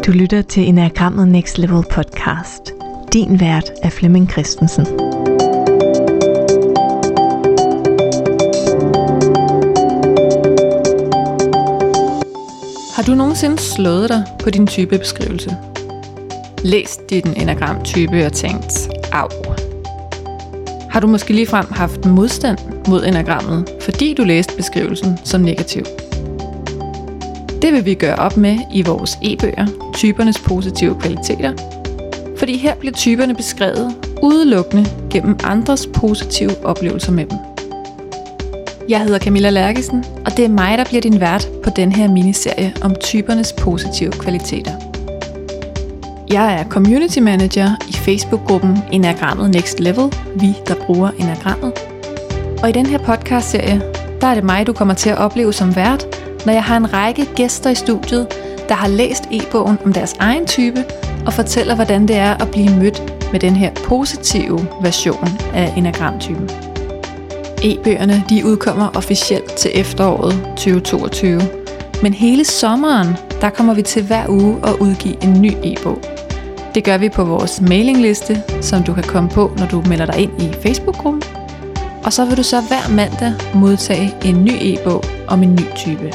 Du lytter til Enagrammet Next Level podcast. Din vært er Flemming Christensen. Har du nogensinde slået dig på din typebeskrivelse? Læst din enagramtype og tænkt, au. Har du måske ligefrem haft modstand mod enagrammet, fordi du læste beskrivelsen som negativ? Det vil vi gøre op med i vores e-bøger, Typernes positive kvaliteter, fordi her bliver typerne beskrevet udelukkende gennem andres positive oplevelser med dem. Jeg hedder Camilla Lærkesen, og det er mig, der bliver din vært på den her miniserie om typernes positive kvaliteter. Jeg er community manager i Facebook-gruppen Enagrammet Next Level, vi der bruger enagrammet. Og i den her podcast-serie, der er det mig, du kommer til at opleve som vært, når jeg har en række gæster i studiet, der har læst e-bogen om deres egen type, og fortæller, hvordan det er at blive mødt med den her positive version af enagramtypen. E-bøgerne de udkommer officielt til efteråret 2022, men hele sommeren, der kommer vi til hver uge at udgive en ny e-bog. Det gør vi på vores mailingliste, som du kan komme på, når du melder dig ind i Facebook-gruppen. Og så vil du så hver mandag modtage en ny e-bog om en ny type.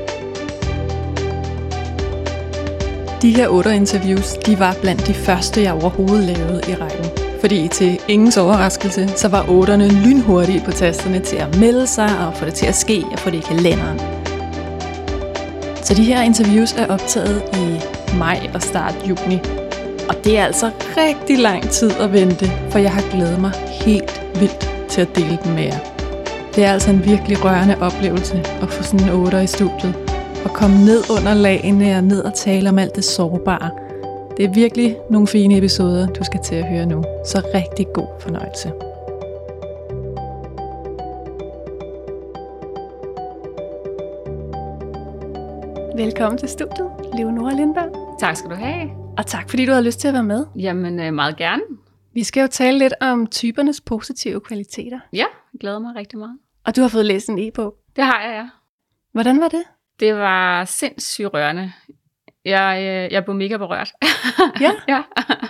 De her 8 interviews, de var blandt de første, jeg overhovedet lavede i rækken. Fordi til ingens overraskelse, så var 8'erne lynhurtige på tasterne til at melde sig og få det til at ske og få det i kalenderen. Så de her interviews er optaget i maj og start juni. Og det er altså rigtig lang tid at vente, for jeg har glædet mig helt vildt til at dele dem med jer. Det er altså en virkelig rørende oplevelse at få sådan en 8'er i studiet. Og komme ned under lagene og ned og tale om alt det sårbare. Det er virkelig nogle fine episoder, du skal til at høre nu. Så rigtig god fornøjelse. Velkommen til studiet, Leonora Lindberg. Tak skal du have. Og tak fordi du har lyst til at være med. Jamen, meget gerne. Vi skal jo tale lidt om typernes positive kvaliteter. Ja, jeg glæder mig rigtig meget. Og du har fået læst en e-bog. Det har jeg, ja. Hvordan var det? Det var sindssygt rørende. Jeg blev mega berørt. Ja? Ja.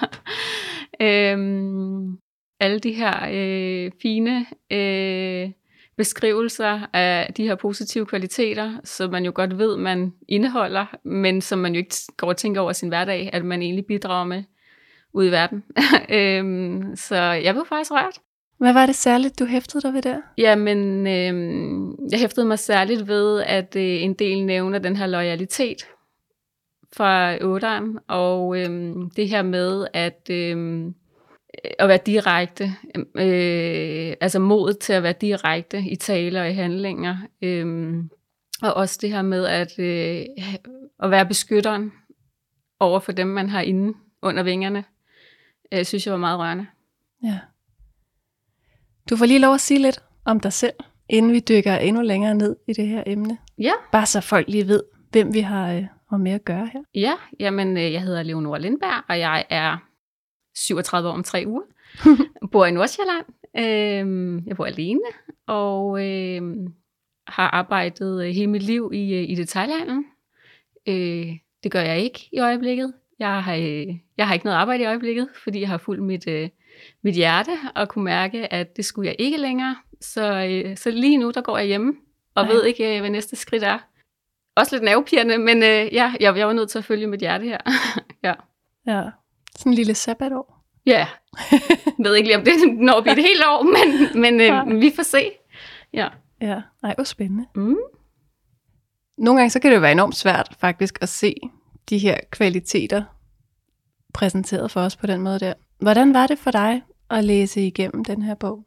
Alle de her fine beskrivelser af de her positive kvaliteter, som man jo godt ved, man indeholder, men som man jo ikke går og tænker over sin hverdag, at man egentlig bidrager med ude i verden. Så jeg blev faktisk rørt. Hvad var det særligt, du hæftede dig ved der? Jamen, jeg hæftede mig særligt ved, at en del nævner den her loyalitet fra 8'eren, og det her med at være direkte, altså modet til at være direkte i taler og i handlinger, og også det her med at være beskytteren over for dem, man har inde under vingerne, synes jeg var meget rørende. Ja. Du får lige lov at sige lidt om dig selv, inden vi dykker endnu længere ned i det her emne. Ja. Bare så folk lige ved, hvem vi har med at gøre her. Ja, jamen jeg hedder Leonora Lindberg, og jeg er 37 år om 3 uger. Jeg bor i Nordsjælland. Jeg bor alene, og har arbejdet hele mit liv i detailhandlen. Det gør jeg ikke i øjeblikket. Jeg har ikke noget arbejde i øjeblikket, fordi jeg har fulgt mit hjerte og kunne mærke, at det skulle jeg ikke længere. Så lige nu, der går jeg hjemme og ved ikke, hvad næste skridt er. Også lidt nervepirrende, men jeg var nødt til at følge mit hjerte her. Ja. Ja, sådan en lille sabbatår. Ja, jeg ved ikke lige, om det når vi et helt år, men vi får se. Ja. Ja, nej, hvor spændende. Mm. Nogle gange så kan det jo være enormt svært faktisk at se de her kvaliteter præsenteret for os på den måde der. Hvordan var det for dig at læse igennem den her bog?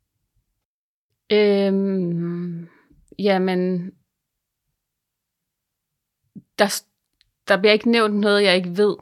Jamen, der bliver ikke nævnt noget, jeg ikke ved.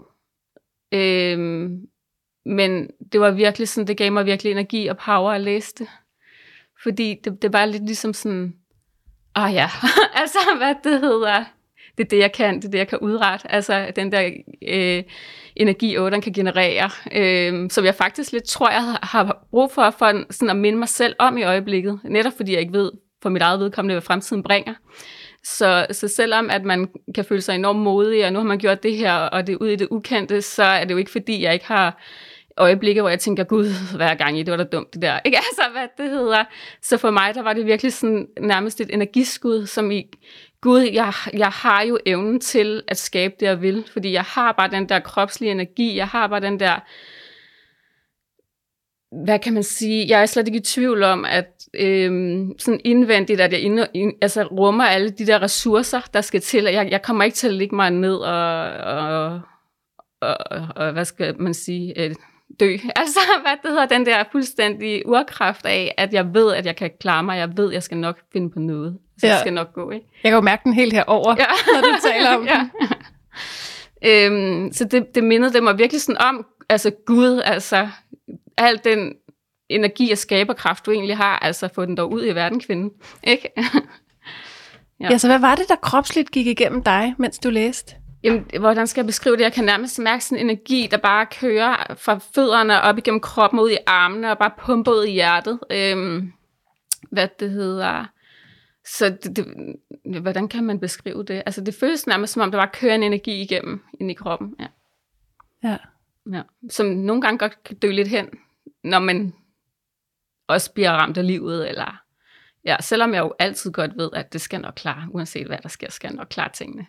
Men det var virkelig sådan, det gav mig virkelig energi og power at læse det. Fordi det var lidt ligesom sådan, ja, altså hvad det hedder, det er det, jeg kan, det er det, jeg kan udrette. Altså den der energi, 8'eren kan generere, som jeg faktisk lidt tror, jeg har brug for sådan at minde mig selv om i øjeblikket. Netop fordi jeg ikke ved for mit eget vedkommende, hvad fremtiden bringer. Så selvom at man kan føle sig enormt modig, og nu har man gjort det her, og det er ude i det ukendte, så er det jo ikke fordi, jeg ikke har øjeblikke, hvor jeg tænker, gud, hver gang det var da dumt det der. Ikke? Altså, hvad det hedder. Så for mig, der var det virkelig sådan nærmest et energiskud, som i, gud, jeg har jo evnen til at skabe det, jeg vil, fordi jeg har bare den der kropslige energi, jeg har bare den der, hvad kan man sige, jeg er slet ikke i tvivl om, at sådan indvendigt, at jeg altså rummer alle de der ressourcer, der skal til, og jeg kommer ikke til at ligge mig ned og hvad skal man sige, dø. Altså, hvad det hedder, den der fuldstændige urkraft af, at jeg ved, at jeg kan klare mig, jeg ved, jeg skal nok finde på noget. Så det skal nok gå, ikke? Jeg kan jo mærke den helt herover, når du taler om den. Så det mindede mig virkelig sådan om, altså Gud, altså al den energi og skaberkraft, du egentlig har, altså få den dog ud i verden, kvinde, ikke? Ja, så hvad var det, der kropsligt gik igennem dig, mens du læste? Jamen, hvordan skal jeg beskrive det? Jeg kan nærmest mærke sådan en energi, der bare kører fra fødderne op igennem kroppen, ud i armene, og bare pumper ud i hjertet. Hvad det hedder. Så hvordan kan man beskrive det? Altså, det føles nærmest, som om der bare kører en energi igennem ind i kroppen. Ja. Som nogle gange godt kan dø lidt hen, når man også bliver ramt af livet, eller selvom jeg jo altid godt ved, at det skal nok klare, uanset hvad der sker, skal jeg nok klare tingene.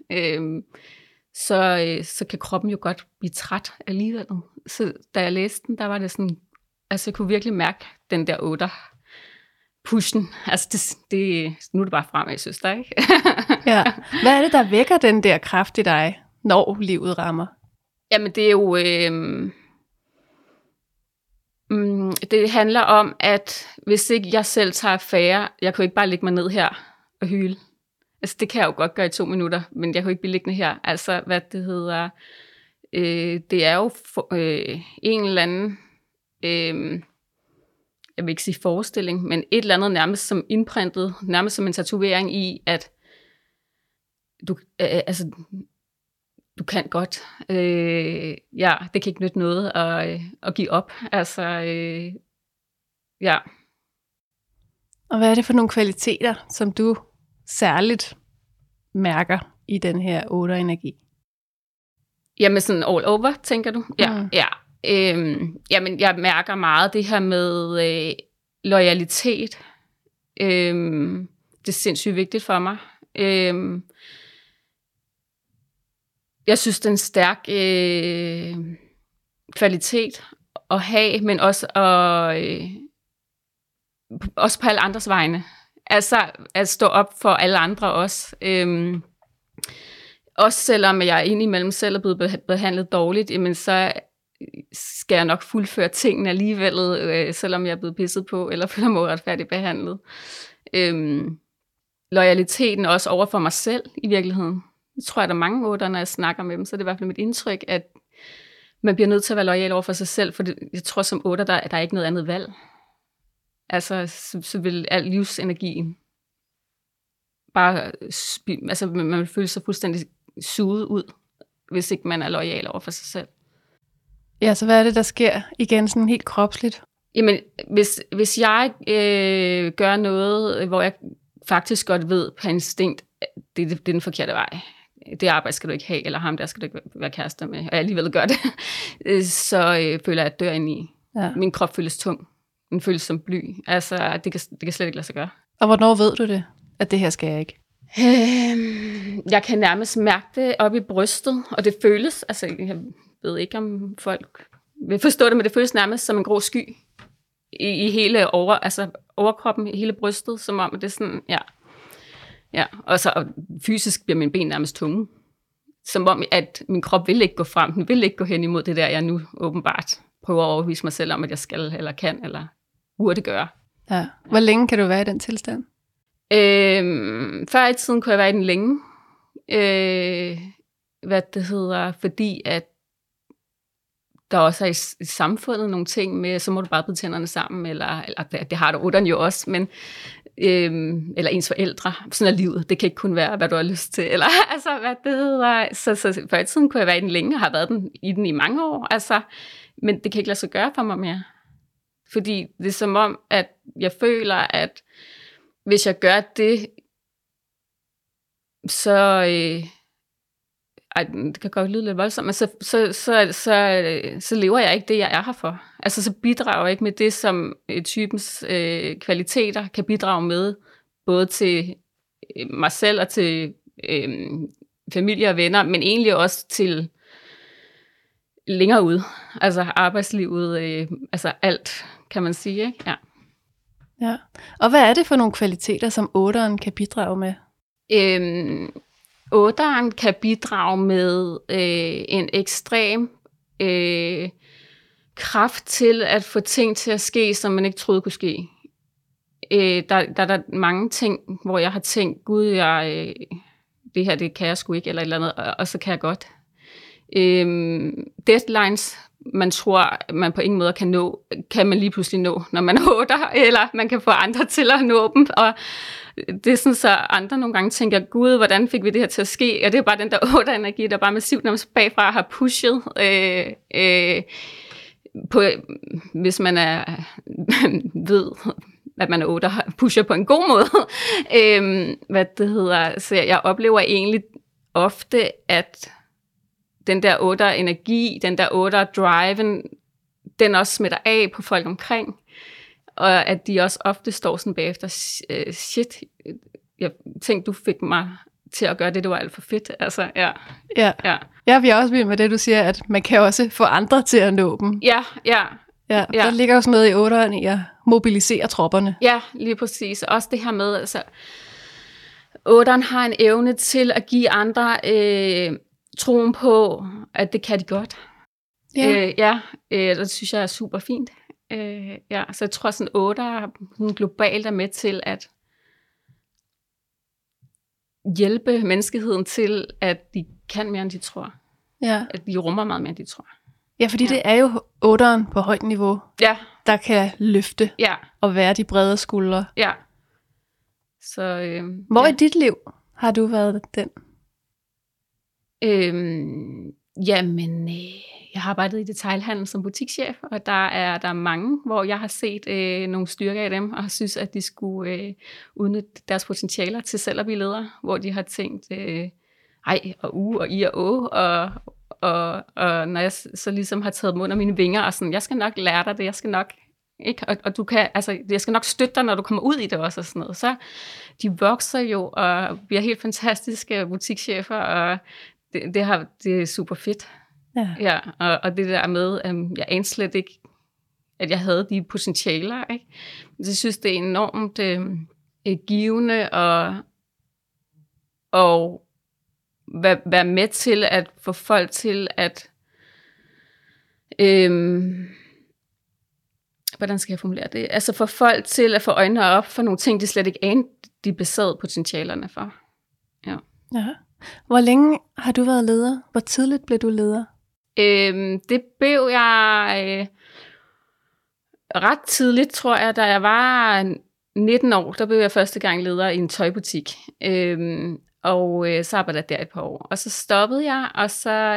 Så kan kroppen jo godt blive træt alligevel. Så da jeg læste den, der var det sådan, altså jeg kunne virkelig mærke den der 8 pushen. Altså nu er det bare fremad, søster, ikke? Ja. Hvad er det, der vækker den der kraft i dig, når livet rammer? Jamen det er jo, det handler om, at hvis ikke jeg selv tager affære, jeg kan ikke bare lægge mig ned her og hyle. Altså det kan jeg jo godt gøre i 2 minutter, men jeg kan ikke blive liggende her. Altså hvad det hedder, det er jo en eller anden, jeg vil ikke sige forestilling, men et eller andet nærmest som indprintet, nærmest som en tatovering i, at du kan godt. Det kan ikke nytte noget at give op. Altså, Og hvad er det for nogle kvaliteter, som du særligt mærker i den her 8-energi? Jamen sådan all over, tænker du? Ja. Jamen, jeg mærker meget det her med loyalitet. Det er sindssygt vigtigt for mig. Jeg synes, det er en stærk kvalitet at have, men også også på alle andres vegne. Altså at stå op for alle andre også. Også selvom jeg indimellem selv er blevet behandlet dårligt, jamen så skal jeg nok fuldføre tingene alligevel, selvom jeg er blevet pisset på, eller føler mig uretfærdigt behandlet. Loyaliteten også over for mig selv i virkeligheden. Jeg tror, at der er mange 8'ere, når jeg snakker med dem, så det er i hvert fald mit indtryk, at man bliver nødt til at være loyal over for sig selv, for jeg tror som 8'er, der er ikke noget andet valg. Altså, så vil al livsenergien bare, altså man vil føle sig fuldstændig suget ud, hvis ikke man er loyal over for sig selv. Ja, så hvad er det, der sker igen sådan helt kropsligt? Jamen, hvis jeg gør noget, hvor jeg faktisk godt ved på instinkt, det er den forkerte vej. Det arbejde skal du ikke have, eller ham der skal du ikke være kærester med, og jeg alligevel gør det, så føler jeg, at jeg dør ind i. Ja. Min krop føles tung. Den føles som bly. Altså, det kan slet ikke lade sig gøre. Og hvornår ved du det, at det her skal jeg ikke? Jeg kan nærmest mærke det op i brystet, og det føles, altså jeg ved ikke, om folk vil forstå det, men det føles nærmest som en grå sky i hele overkroppen, i hele brystet, som om det er sådan, ja. Og fysisk bliver mine ben nærmest tunge. Som om, at min krop vil ikke gå frem, den vil ikke gå hen imod det der, jeg nu åbenbart prøver at overbevise mig selv om, at jeg skal, eller kan, eller burde gøre. Ja. Hvor længe kan du være i den tilstand? Før i tiden kunne jeg være i den længe. Fordi at der også er i samfundet nogle ting med, så må du bare bide tænderne sammen, eller det har du 8'eren jo også, men eller ens forældre. Sådan er livet. Det kan ikke kun være, hvad du har lyst til. Eller, altså, hvad det hedder. Så før i tiden kunne jeg være i den længe, og har været i den i mange år. Altså, men det kan ikke lade sig gøre for mig mere. Fordi det er som om, at jeg føler, at hvis jeg gør det, så det kan godt lyde lidt voldsomt, men så lever jeg ikke det, jeg er her for. Altså, så bidrager jeg ikke med det, som typens kvaliteter kan bidrage med, både til mig selv og til familie og venner, men egentlig også til længere ud. Altså arbejdslivet, altså alt, kan man sige, ikke? Ja. Ja. Og hvad er det for nogle kvaliteter, som 8'eren kan bidrage med? 8'eren kan bidrage med en ekstrem kraft til at få ting til at ske, som man ikke troede kunne ske. Der er mange ting, hvor jeg har tænkt, gud, det her det kan jeg sgu ikke, eller et eller andet, og så kan jeg godt. Deadlines, man tror, man på ingen måde kan nå, kan man lige pludselig nå, når man er 8'er, eller man kan få andre til at nå dem, og det er sådan, så andre nogle gange tænker, gud, hvordan fik vi det her til at ske? Og det er bare den der 8'er-energi, der bare massivt nærmest bagfra har pushet, hvis man ved, at man er 8'er, pusher på en god måde. Så jeg oplever egentlig ofte, at den der 8'er-energi, den der 8'er-driven, den også smitter af på folk omkring. Og at de også ofte står sådan bagefter, shit, jeg tænkte, du fik mig til at gøre det var alt for fedt. Altså, ja. Jeg vil også vild med det, du siger, at man kan også få andre til at nå dem. Ja. Der ligger jo sådan noget i 8'eren i at mobilisere tropperne. Ja, lige præcis. Også det her med, altså, 8'eren har en evne til at give andre troen på, at det kan de godt. Det synes jeg er super fint. Så jeg tror, sådan 8'er globalt er med til at hjælpe menneskeheden til, at de kan mere, end de tror. Ja. At de rummer meget mere, end de tror. Ja, fordi det er jo 8'eren på højt niveau, der kan løfte og være de brede skuldre. Ja. Så, hvor i dit liv har du været den? Jeg har arbejdet i detailhandel som butikschef, og der er mange, hvor jeg har set nogle styrker af dem, og synes, at de skulle udnytte deres potentialer til selv at blive ledere, hvor de har tænkt, og i og og når jeg så ligesom har taget dem under mine vinger, og sådan, jeg skal nok lære dig det, jeg skal nok, ikke? Og du kan, altså, jeg skal nok støtte dig, når du kommer ud i det også, og sådan noget. Så de vokser jo, og bliver helt fantastiske butikschefer, og det er super fedt. Ja, og det der med, jeg anede slet ikke, at jeg havde de potentialer, ikke? Jeg synes, det er enormt givende og være med til at få folk til at hvordan skal jeg formulere det? Altså få folk til at få øjnene op for nogle ting, de slet ikke anede, de besad potentialerne for. Ja. Hvor længe har du været leder? Hvor tidligt blev du leder? Det blev jeg ret tidligt, tror jeg, da jeg var 19 år. Der blev jeg første gang leder i en tøjbutik. Og så arbejdede jeg der et par år. Og så stoppede jeg, og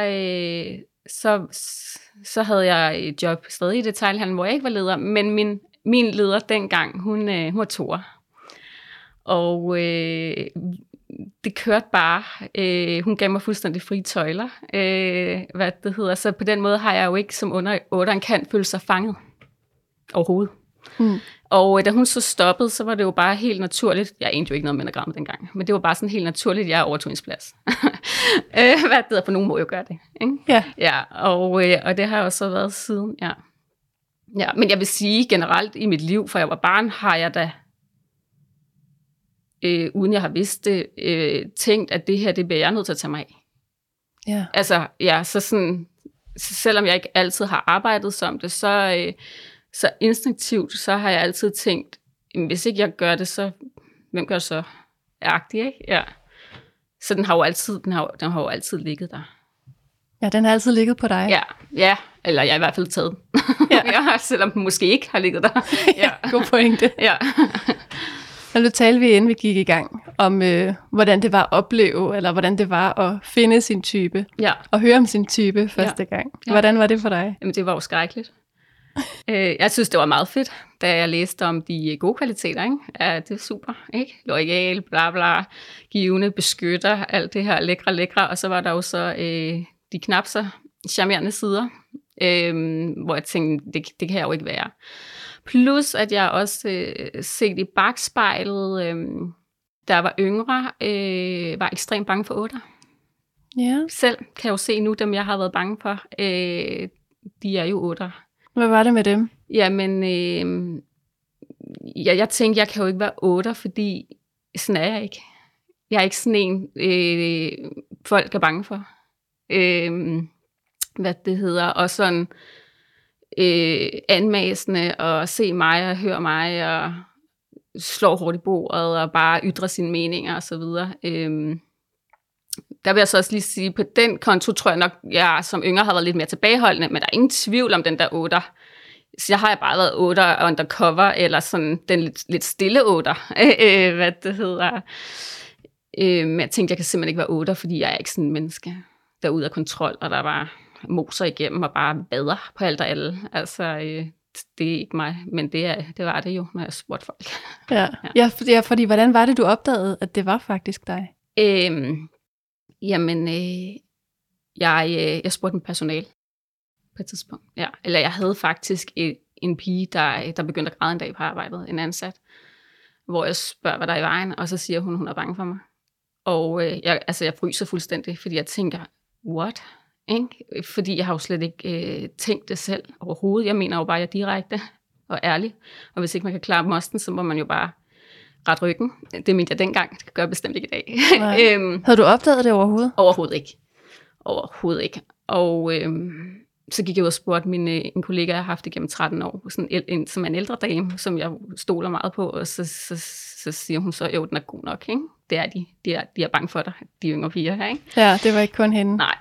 så havde jeg et job stadig i detailhandlen, hvor jeg ikke var leder. Men min leder dengang, hun var toer. Og det kørte bare. Hun gav mig fuldstændig frie tøjler. Så på den måde har jeg jo ikke som under 8'eren kan føle sig fanget overhovedet. Og da hun så stoppede, så var det jo bare helt naturligt. Jeg anede jo ikke noget om enagrammet dengang, men det var bare sådan helt naturligt, at jeg overtog hendes plads. For nogen må jo gøre det, ikke? Ja, og det har jeg jo så været siden, ja. Men jeg vil sige generelt i mit liv, for jeg var barn, har jeg da uden jeg har vidst det, tænkt, at det her, det bliver jeg nødt til at tage mig af. Ja. Altså, så sådan, selvom jeg ikke altid har arbejdet som det, så instinktivt, så har jeg altid tænkt, hvis ikke jeg gør det, så hvem gør det så? Agtig, ikke? Ja. Så den har jo altid ligget der. Ja, den har altid ligget på dig. Ja, eller jeg har i hvert fald taget. Ja. Selvom den måske ikke har ligget der. Ja, god pointe. Ja. Nu talte vi, inden vi gik i gang, om hvordan det var at opleve, eller hvordan det var at finde sin type, og høre om sin type første gang. Hvordan var det for dig? Jamen, det var jo skrækkeligt. Jeg synes, det var meget fedt, da jeg læste om de gode kvaliteter. Ikke? Ja, det er super. Ikke? Loyal, bla bla, givende, beskytter, alt det her lækre. Og så var der jo så de knap så charmerende sider, hvor jeg tænkte, det kan jeg jo ikke være. Plus, at jeg også set i bagspejlet, da jeg var yngre, var ekstremt bange for 8'er. Ja. Selv kan jeg jo se nu, dem jeg har været bange for, de er jo 8'er. Hvad var det med dem? Jamen, jeg tænkte, jeg kan jo ikke være 8'er, fordi sådan er jeg ikke. Jeg er ikke sådan en, folk er bange for. Hvad det hedder, og sådan anmasende og se mig og høre mig og slår hårdt i bordet og bare ytre sine meninger og så videre. Der vil jeg så også lige sige, på den konto tror jeg nok, jeg som yngre har været lidt mere tilbageholdende, men der er ingen tvivl om den der 8'er. Så jeg har bare været 8'er undercover, eller sådan den lidt stille 8'er, hvad det hedder. Men jeg tænkte, jeg kan simpelthen ikke være 8'er, fordi jeg er ikke sådan en menneske, der er ude af kontrol, og der bare moser igennem og bare bader på alt og alle. Altså, det er ikke mig, men det var det jo, når jeg spurgte folk. Ja, fordi hvordan var det, du opdagede, at det var faktisk dig? Jamen, jeg spurgte mit personale på et tidspunkt. Ja. Eller jeg havde faktisk en pige, der begyndte at græde en dag på arbejdet, en ansat, hvor jeg spørger, hvad der er i vejen, og så siger hun er bange for mig. Og jeg fryser fuldstændig, fordi jeg tænker, what? Ikke? Fordi jeg har jo slet ikke tænkt det selv overhovedet. Jeg mener jo bare, at jeg er direkte og ærlig. Og hvis ikke man kan klare mosten, så må man jo bare ret ryggen. Det mente jeg dengang. Det gør jeg bestemt ikke i dag. Havde du opdaget det overhovedet? Overhovedet ikke. Og så gik jeg ud og spurgte en kollega, jeg har haft igennem 13 år, sådan som er en ældre dame, som jeg stoler meget på, og så siger hun så, jo, den er god nok, ikke? Det er de. De er bange for dig, de yngre piger her, ikke? Ja, det var ikke kun hende. Nej.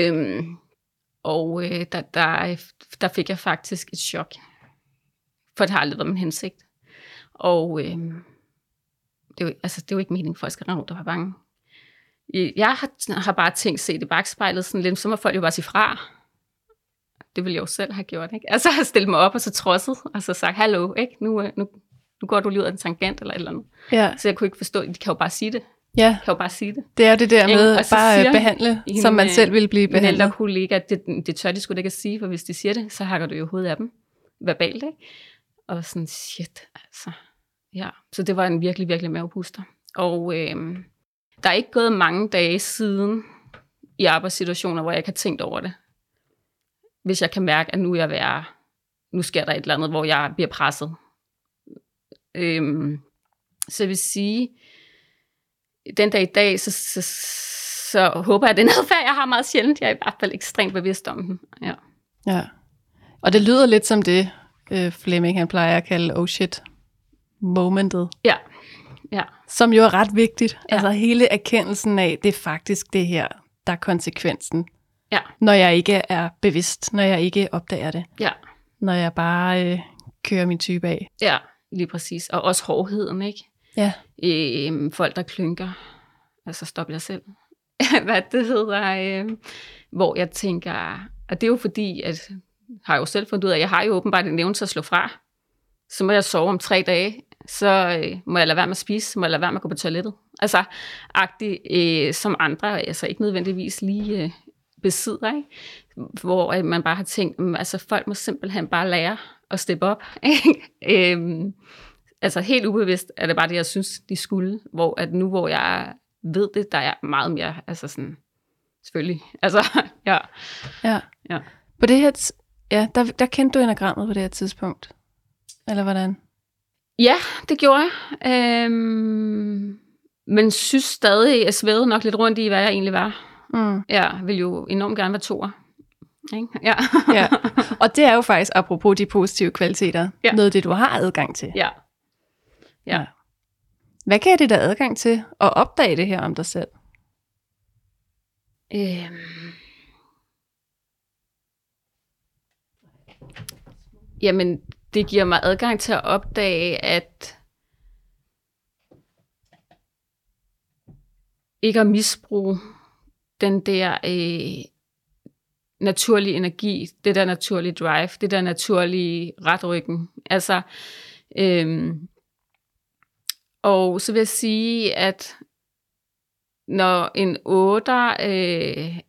Der fik jeg faktisk et chok, for det har aldrig været min hensigt. Og det er jo ikke meningen, for at jeg skal rende rundt og være bange. Jeg har bare tænkt, se det bagspejlet, sådan lidt, så må folk jo bare sige fra. Det ville jeg jo selv have gjort, ikke? Altså have stillet mig op og så trodset, og så sagt, hallo, ikke? Nu går du lige ud af en tangent eller et eller andet. Ja. Så jeg kunne ikke forstå, de kan jo bare sige det. Ja. Kan jo bare sige det. Det er det der med at bare behandle, som man selv ville blive behandlet. Min ældre kollega, det tør de sgu da ikke at sige, for hvis de siger det, så hakker du jo hovedet af dem verbalt, ikke? Og sådan, shit, altså. Ja, så det var en virkelig, virkelig mavepuster. Og der er ikke gået mange dage siden i arbejdssituationer, hvor jeg ikke har tænkt over det. Hvis jeg kan mærke, at nu sker der et eller andet, hvor jeg bliver presset. Så jeg vil sige, den dag i dag, så håber jeg, at det er en adfærd, jeg har meget sjældent. Jeg er i hvert fald ekstremt bevidst om den. Ja. Og det lyder lidt som det, Flemming han plejer at kalde oh shit momentet. Ja. Som jo er ret vigtigt. Ja. Altså hele erkendelsen af, det er faktisk det her, der er konsekvensen. Ja. Når jeg ikke er bevidst, når jeg ikke opdager det. Ja. Når jeg bare kører min type af. Ja, lige præcis. Og også hårdheden, ikke? Ja. Folk, der klynker. Altså stop jer selv. Hvad det hedder. Hvor jeg tænker, og det er jo fordi, at har jeg jo selv fundet ud af, at jeg har jo åbenbart en evne til at slå fra. Så må jeg sove om 3 dage, så må jeg lade være med at spise, så må jeg lade være med at gå på toilettet. Altså, agtigt som andre, altså ikke nødvendigvis lige besidder, ikke? Hvor man bare har tænkt, altså folk må simpelthen bare lære at steppe op. Altså helt ubevidst er det bare det, jeg synes, de skulle. Hvor at nu, hvor jeg ved det, der er meget mere, altså sådan, selvfølgelig. Altså, ja. På det her, der kendte du enagrammet på det her tidspunkt? Eller hvordan? Ja, det gjorde jeg. Men synes stadig, jeg svævede nok lidt rundt i, hvad jeg egentlig var. Jeg vil jo enormt gerne være 2'er. Ja. Ja. Og det er jo faktisk, apropos de positive kvaliteter, noget af det, du har adgang til. Ja. Hvad kan det der adgang til at opdage det her om dig selv? Jamen, det giver mig adgang til at opdage, at ikke at misbruge den der naturlige energi, det der naturlige drive, det der naturlige retryggen. Altså, og så vil jeg sige, at når en 8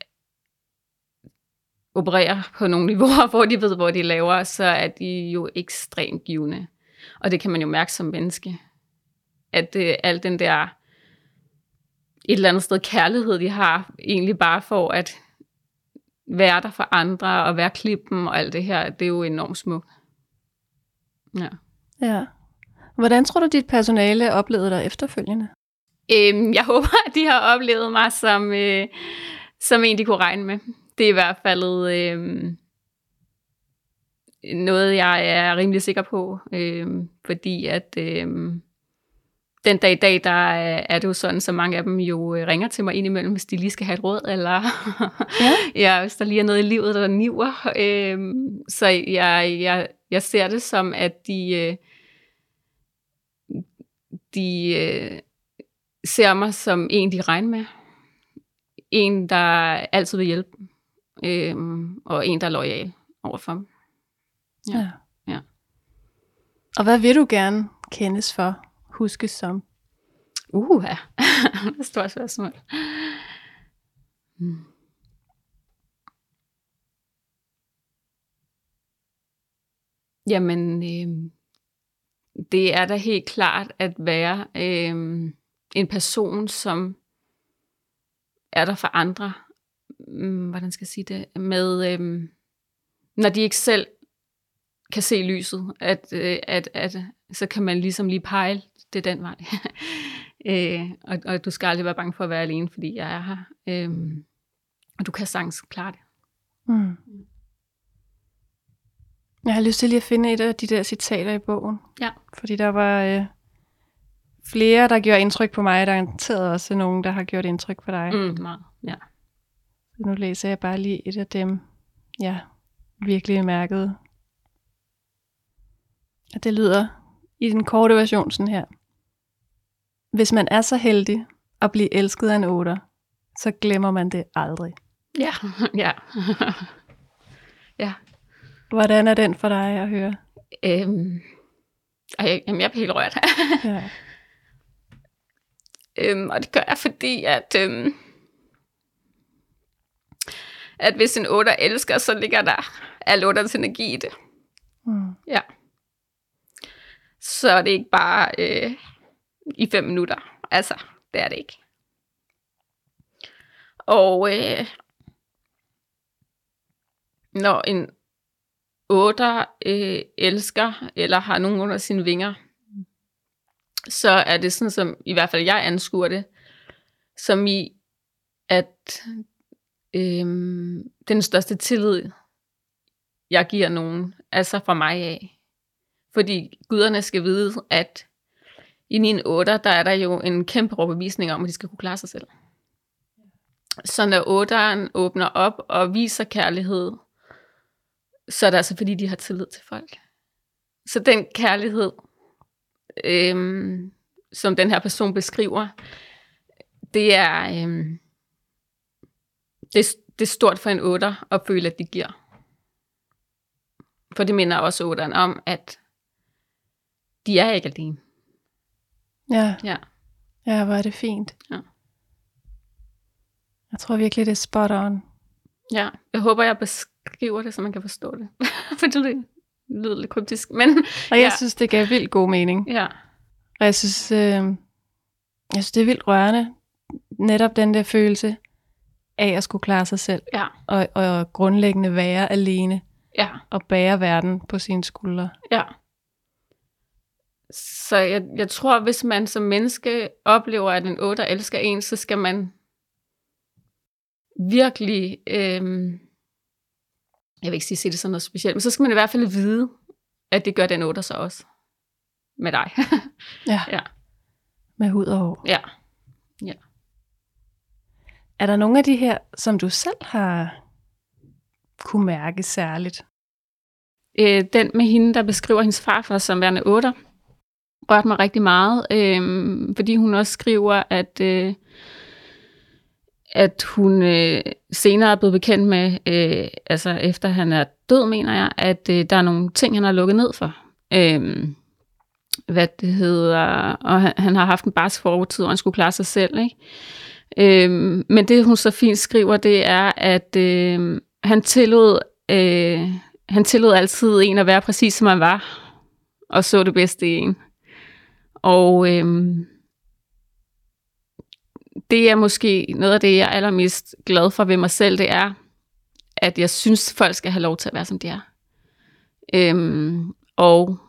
opererer på nogle niveauer, hvor de ved, hvor de laver, så er de jo ekstremt givende. Og det kan man jo mærke som menneske. At al den der et eller andet sted kærlighed, de har, egentlig bare for at være der for andre, og være klippen og alt det her, det er jo enormt smukt. Ja. Ja. Hvordan tror du, dit personale oplevede dig efterfølgende? Jeg håber, at de har oplevet mig som en, de kunne regne med. Det er i hvert fald noget, jeg er rimelig sikker på, fordi at den dag i dag, der er det jo sådan, så mange af dem jo ringer til mig indimellem, hvis de lige skal have et råd, eller ja, hvis der lige er noget i livet, der niver. Så jeg ser det som, at de ser mig som en, de regner med. En, der altid vil hjælpe dem. Og en, der er loyal overfor dem. Ja. Og hvad vil du gerne kendes for? Huskes som? Det er et stort spørgsmål. Jamen, det er da helt klart at være en person, som er der for andre. Hvordan skal jeg sige det? Med, når de ikke selv kan se lyset, at så kan man ligesom lige pejle det den vej. Og du skal aldrig være bange for at være alene, fordi jeg er her. Og du kan sagtens klare det. Mm. Jeg har lyst til lige at finde et af de der citater i bogen. Ja. Fordi der var flere, der gjorde indtryk på mig. Der er garanteret også nogen, der har gjort indtryk på dig. Meget, ja. Så nu læser jeg bare lige et af dem, jeg virkelig mærkede. Og det lyder i den korte version sådan her. Hvis man er så heldig at blive elsket af en 8, så glemmer man det aldrig. Ja. Ja. Hvordan er den for dig at høre? Jamen, jeg er helt rørt. Ja. Og det gør jeg, fordi at hvis en 8 elsker, så ligger der al 8'ernes energi i det. Ja. Så er det ikke bare i 5 minutter. Altså, det er det ikke. Og når en 8 elsker, eller har nogen under sine vinger, så er det sådan, som i hvert fald jeg anskuer det, som i, at den største tillid, jeg giver nogen, altså fra mig af. Fordi guderne skal vide, at i en 8, der er der jo en kæmpe overbevisning om, at de skal kunne klare sig selv. Så når 8'eren åbner op og viser kærlighed, så er det altså fordi, de har tillid til folk. Så den kærlighed, som den her person beskriver, det er, det er stort for en 8 at føle, at de giver. For det minder også 8'eren om, at de er ikke alene. Ja, hvor er det fint. Ja. Jeg tror virkelig, det er spot on. Ja, jeg håber, jeg beskriver det, så man kan forstå det. For det lyder lidt kryptisk. Men, og jeg synes, det gav vildt god mening. Ja. Og jeg synes, det er vildt rørende. Netop den der følelse af at skulle klare sig selv. Ja. Og grundlæggende være alene. Ja. Og bære verden på sine skuldre. Ja. Så jeg tror, hvis man som menneske oplever, at en 8 elsker en, så skal man virkelig, jeg vil ikke sige det sådan noget specielt, men så skal man i hvert fald vide, at det gør den 8 så også. Med dig. Ja. Med hud og hår. Ja. Er der nogle af de her, som du selv har kunne mærke særligt? Den med hende, der beskriver hendes farfar som værende 8, rørte mig rigtig meget, fordi hun også skriver, at hun senere er blevet bekendt med, altså efter han er død, mener jeg, at der er nogle ting, han har lukket ned for. Hvad det hedder, og han har haft en barsk fortid, hvor han skulle klare sig selv, ikke? Men det, hun så fint skriver, det er, at han tillod altid en at være præcis, som han var, og så det bedste i en. Og det er måske noget af det, jeg er allermest glad for ved mig selv, det er, at jeg synes, folk skal have lov til at være, som de er. Og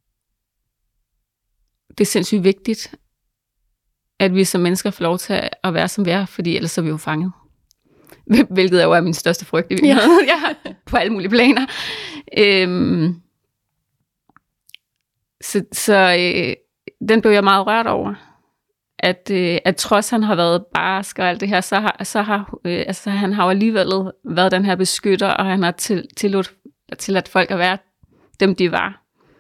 det er sindssygt vigtigt, at vi som mennesker får lov til at være, som vi er, fordi ellers er vi jo fanget. Hvilket jo er min største frygt i virkeligheden. Ja. På alle mulige planer. Så den blev jeg meget rørt over. At trods han har været barsk og alt det her, så han har jo alligevel været den her beskytter, og han har tilladt folk at være dem, de var.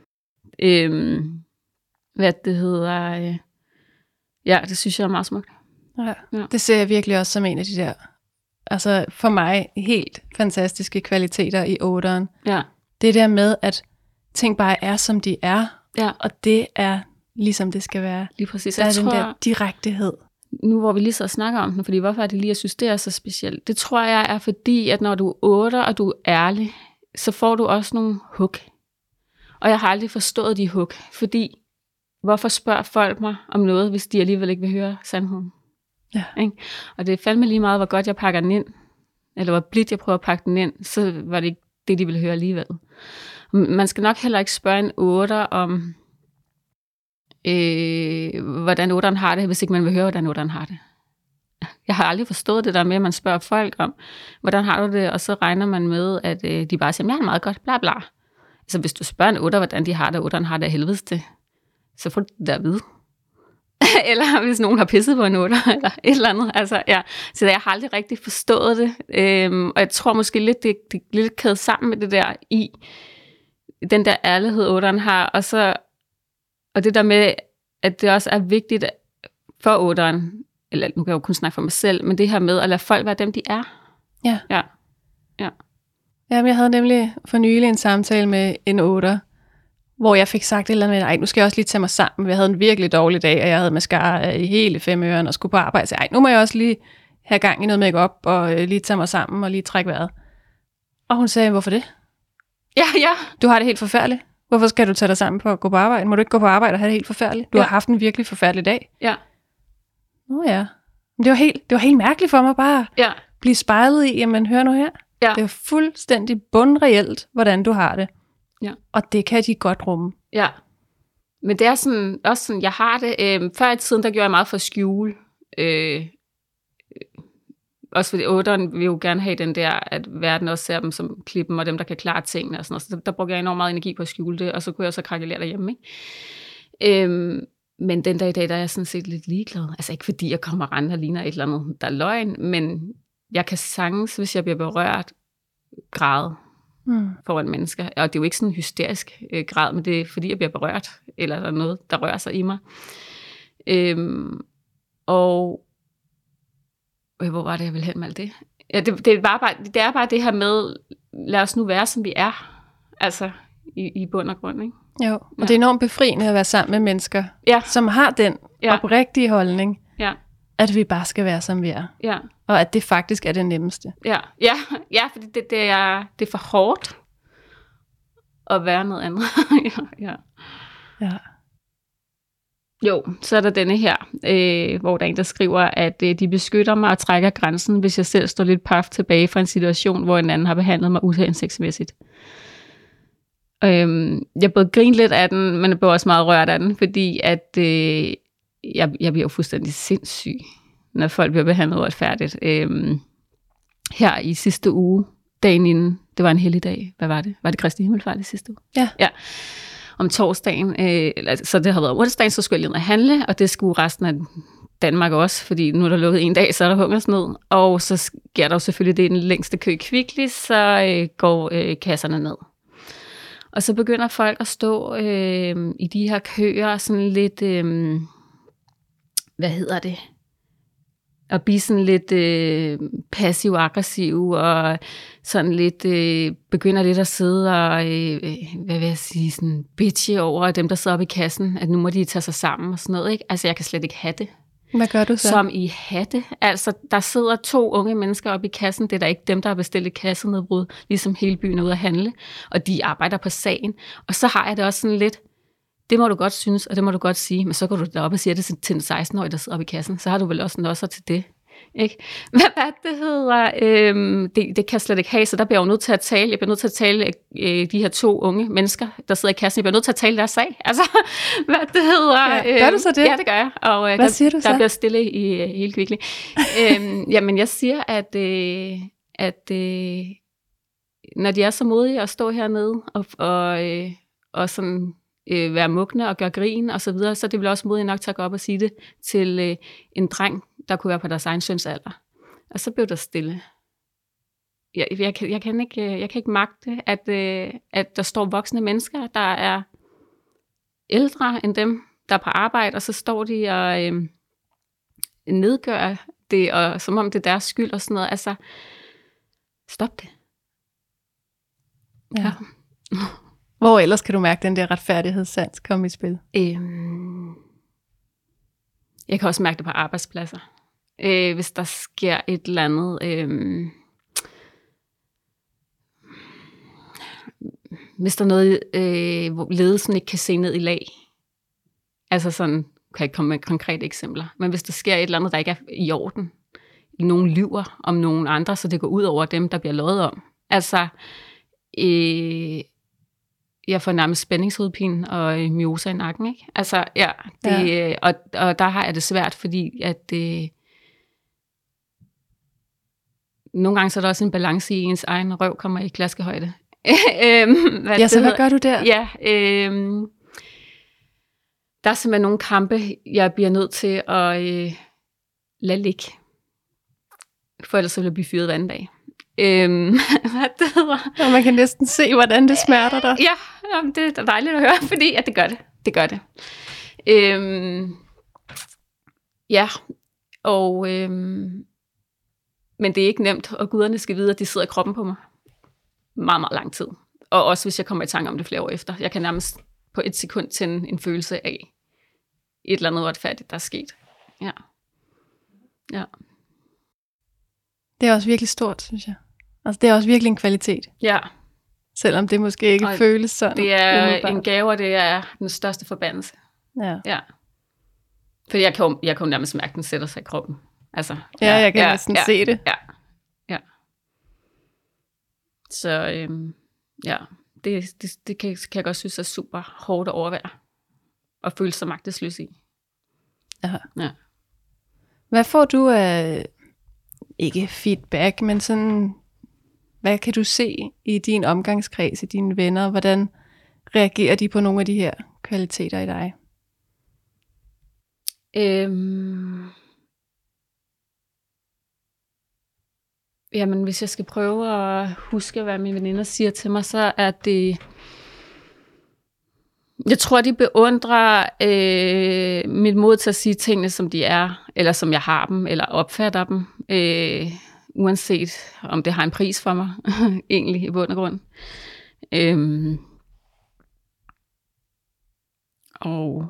Hvad det hedder. Ja, det synes jeg er meget smukt. Ja. Det ser jeg virkelig også som en af de der, altså for mig, helt fantastiske kvaliteter i 8'eren. Ja. Det der med, at ting bare er, som de er, ja. Og det er ligesom det skal være. Lige præcis. Der er den der direktehed. Nu hvor vi lige så snakker om den, fordi hvorfor er det lige, jeg synes, det er så specielt? Det tror jeg er fordi, at når du er 8'er, og du er ærlig, så får du også nogle hug. Og jeg har aldrig forstået de hug, fordi hvorfor spørger folk mig om noget, hvis de alligevel ikke vil høre sandheden? Ja. Ikke? Og det er fandme lige meget, hvor godt jeg pakker den ind, eller hvor blidt jeg prøver at pakke den ind, så var det ikke det, de ville høre alligevel. Man skal nok heller ikke spørge en 8'er om, hvordan 8'eren har det, hvis ikke man vil høre, hvordan 8'eren har det. Jeg har aldrig forstået det der med, at man spørger folk om, hvordan har du det, og så regner man med, at de bare siger, jeg har det meget godt, bla bla. Altså hvis du spørger en 8'er, hvordan de har det, 8'eren har det af helvedes til, så får du det der at vide. Eller hvis nogen har pisset på en 8'er, eller et eller andet. Altså, ja. Så jeg har aldrig rigtig forstået det. Og jeg tror måske lidt, det er lidt kædet sammen med det der i den der ærlighed, 8'eren har. Og det der med, at det også er vigtigt for 8'eren, eller nu kan jeg jo kun snakke for mig selv, men det her med at lade folk være dem, de er. Ja. Ja. Ja. Jamen, jeg havde nemlig for nylig en samtale med en 8'er, hvor jeg fik sagt et eller andet med, nu skal jeg også lige tage mig sammen. Jeg havde en virkelig dårlig dag, og jeg havde mascara i hele 5 øren og skulle på arbejde. Så nu må jeg også lige have gang i noget make-up og lige tage mig sammen og lige trække vejret. Og hun sagde, hvorfor det? Ja. Du har det helt forfærdeligt. Hvorfor skal du tage dig sammen for at gå på arbejde? Må du ikke gå på arbejde og have det helt forfærdeligt? Du har haft en virkelig forfærdelig dag. Ja. Nå ja. Men det var helt mærkeligt for mig bare at blive spejlet i, jamen hør nu her. Ja. Det er fuldstændig bundreelt, hvordan du har det. Ja. Og det kan de godt rumme. Ja. Men det er sådan, også sådan, jeg har det. Før i tiden, der gjorde jeg meget for at skjule. Også fordi 8'eren vil jo gerne have den der, at verden også ser dem som klippen, og dem, der kan klare tingene og sådan noget. Så der brugte jeg enormt meget energi på at skjule det, og så kunne jeg så krakelere derhjemme, ikke? Men den dag i dag, der er jeg sådan set lidt ligeglad. Altså ikke fordi jeg kommer rende og ligner et eller andet, der er løgn, men jeg kan sagtens, hvis jeg bliver berørt, græde foran mennesker. Og det er jo ikke sådan en hysterisk grad, men det er fordi, jeg bliver berørt, eller der er noget, der rører sig i mig. Og hvor var det, jeg ville hen med alt det? Ja, det er bare det her med, lad os nu være, som vi er. Altså, i bund og grund, ikke? Jo, og det er enormt befriende at være sammen med mennesker, som har den oprigtige holdning, at vi bare skal være, som vi er. Ja. Og at det faktisk er det nemmeste. Ja, fordi det er for hårdt at være noget andet. Ja. Jo, så er der denne her, hvor der er en, der skriver, at de beskytter mig og trækker grænsen, hvis jeg selv står lidt paf tilbage fra en situation, hvor en anden har behandlet mig uhensigtsmæssigt. Jeg både griner lidt af den, men jeg blev også meget rørt af den, fordi at jeg bliver jo fuldstændig sindssyg, når folk bliver behandlet uretfærdigt. Her i sidste uge, dagen inden, det var en helligdag. Hvad var det? Var det Kristi Himmelfart i sidste uge? Ja. Om torsdagen, så det har været onsdagen, så skulle jeg lige ned og handle, og det skulle resten af Danmark også, fordi nu er der lukket en dag, så er der hungersnød, og så sker der jo selvfølgelig det den længste kø i Kvickly, så går kasserne ned. Og så begynder folk at stå i de her køer, sådan lidt, at blive sådan lidt passiv-aggressiv, og sådan lidt, begynder lidt at sidde og, hvad vil jeg sige, sådan bitchy over dem, der sidder oppe i kassen, at nu må de tage sig sammen og sådan noget, ikke? Altså, jeg kan slet ikke have det. Hvad gør du så? Som i hatte. Altså, der sidder 2 unge mennesker oppe i kassen. Det er da ikke dem, der har bestilt et kassenedbrud, ligesom hele byen er ude at handle. Og de arbejder på sagen. Og så har jeg det også sådan lidt, det må du godt synes, og det må du godt sige, men så går du derop og siger det til en 16-årig, der sidder oppe i kassen. Så har du vel også noget til det. Ikke? Hvad det hedder? Det kan jeg slet ikke have, så der bliver jeg jo nødt til at tale. Jeg bliver nødt til at tale de her 2 unge mennesker, der sidder i kassen. Jeg bliver nødt til at tale deres sag. Altså, hvad det hedder? Ja, gør du så det? Ja, det gør jeg. Og, hvad siger du så? Der bliver stille i hele Kvickly. Jamen, jeg siger, at når de er så modige at stå hernede og sådan være mugne og gøre grin og så videre, så det bliver også modige nok til at gå op og sige det til en dreng, der kunne være på deres egen søns alder. Og så blev der stille. Jeg kan ikke magte, at der står voksne mennesker, der er ældre end dem, der er på arbejde, og så står de og nedgør det, og som om det er deres skyld og sådan noget. Altså, stop det. Ja. Hvor ellers kan du mærke den der retfærdighedssans komme i spil? Jeg kan også mærke det på arbejdspladser. Hvis der sker et eller andet... hvis der er noget, hvor ledelsen ikke kan se ned i lag. Altså sådan, kan jeg ikke komme med konkrete eksempler. Men hvis der sker et eller andet, der ikke er i orden. Nogen lyver om nogen andre, så det går ud over dem, der bliver løjet om. Altså... jeg får nærmest spændingshovedpine og myoser i nakken, ikke? Altså, ja. Og der har jeg det svært, fordi at nogle gange så er der også en balance i ens egen røv kommer i klaskehøjde. Hvad gør du der? Ja, der er simpelthen nogle kampe, jeg bliver nødt til at lade ligge. For ellers så vil jeg blive fyret hver anden dag. Hvad det hedder? Og man kan næsten se, hvordan det smerter dig. Ja, det er dejligt at høre, fordi at det gør det. Det gør det. Ja, og men det er ikke nemt, og guderne skal vide, at de sidder i kroppen på mig. Meget, meget lang tid. Og også hvis jeg kommer i tanke om det flere år efter. Jeg kan nærmest på 1 sekund tænde en følelse af et eller andet uretfærdigt, der er sket. Ja. Ja. Det er også virkelig stort, synes jeg. Altså, det er også virkelig en kvalitet. Ja. Selvom det måske ikke føles sådan. Det er umiddelbart en gave, og det er den største forbandelse. Ja. Ja. For jeg kan nærmest mærke, at den sætter sig i kroppen. Altså, ja, jeg kan næsten se det. Ja, ja. Så ja, det kan jeg godt synes er super hårdt at overvære. Og føle sig magtesløs i. Aha. Ja. Hvad får du af, ikke feedback, men sådan, hvad kan du se i din omgangskreds, i dine venner? Hvordan reagerer de på nogle af de her kvaliteter i dig? Jamen, hvis jeg skal prøve at huske, hvad mine veninder siger til mig, så er det... Jeg tror, de beundrer mit mod til at sige tingene, som de er, eller som jeg har dem, eller opfatter dem, uanset om det har en pris for mig, egentlig i bund og grund. Og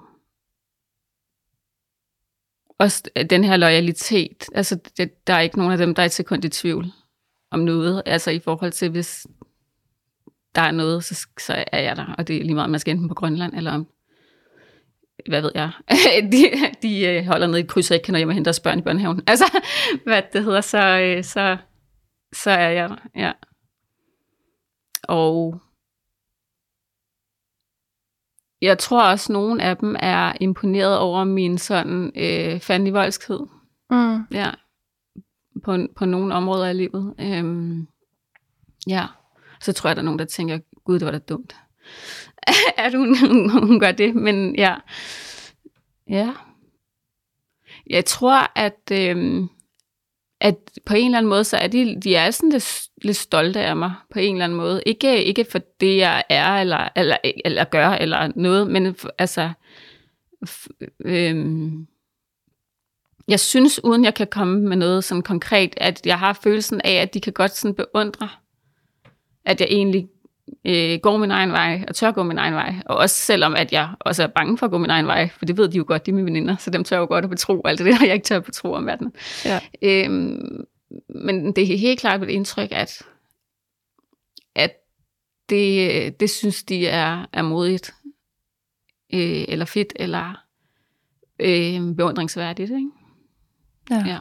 også den her loyalitet, altså der er ikke nogen af dem, der er et sekund i tvivl om noget, altså i forhold til, hvis der er noget, så er jeg der, og det er lige meget, man skal enten på Grønland, eller om, hvad ved jeg, de holder ned i et kryds, og ikke kan nå hjem og hente deres børn i børnehaven. Altså, hvad det hedder, så er jeg der, ja. Og jeg tror også, nogle af dem er imponeret over min sådan fandenivoldskhed. Ja, på nogle områder af livet. Ja. Så tror jeg, der er nogen, der tænker, gud, det var da dumt. At hun gør det, men ja. Ja. Jeg tror, at på en eller anden måde, så er de er sådan lidt stolte af mig, på en eller anden måde. Ikke for det, jeg er, eller gør, eller noget, men altså, jeg synes, uden jeg kan komme med noget sådan konkret, at jeg har følelsen af, at de kan godt sådan beundre, at jeg egentlig går min egen vej, og tør gå min egen vej. Og også selvom, at jeg også er bange for at gå min egen vej, for det ved de jo godt, de er mine veninder, så dem tør jo godt at betro alt det der, jeg ikke tør at betro om verden. Ja. Men det er helt klart et indtryk, at det synes de er modigt, eller fedt, eller beundringsværdigt, ikke? Ja.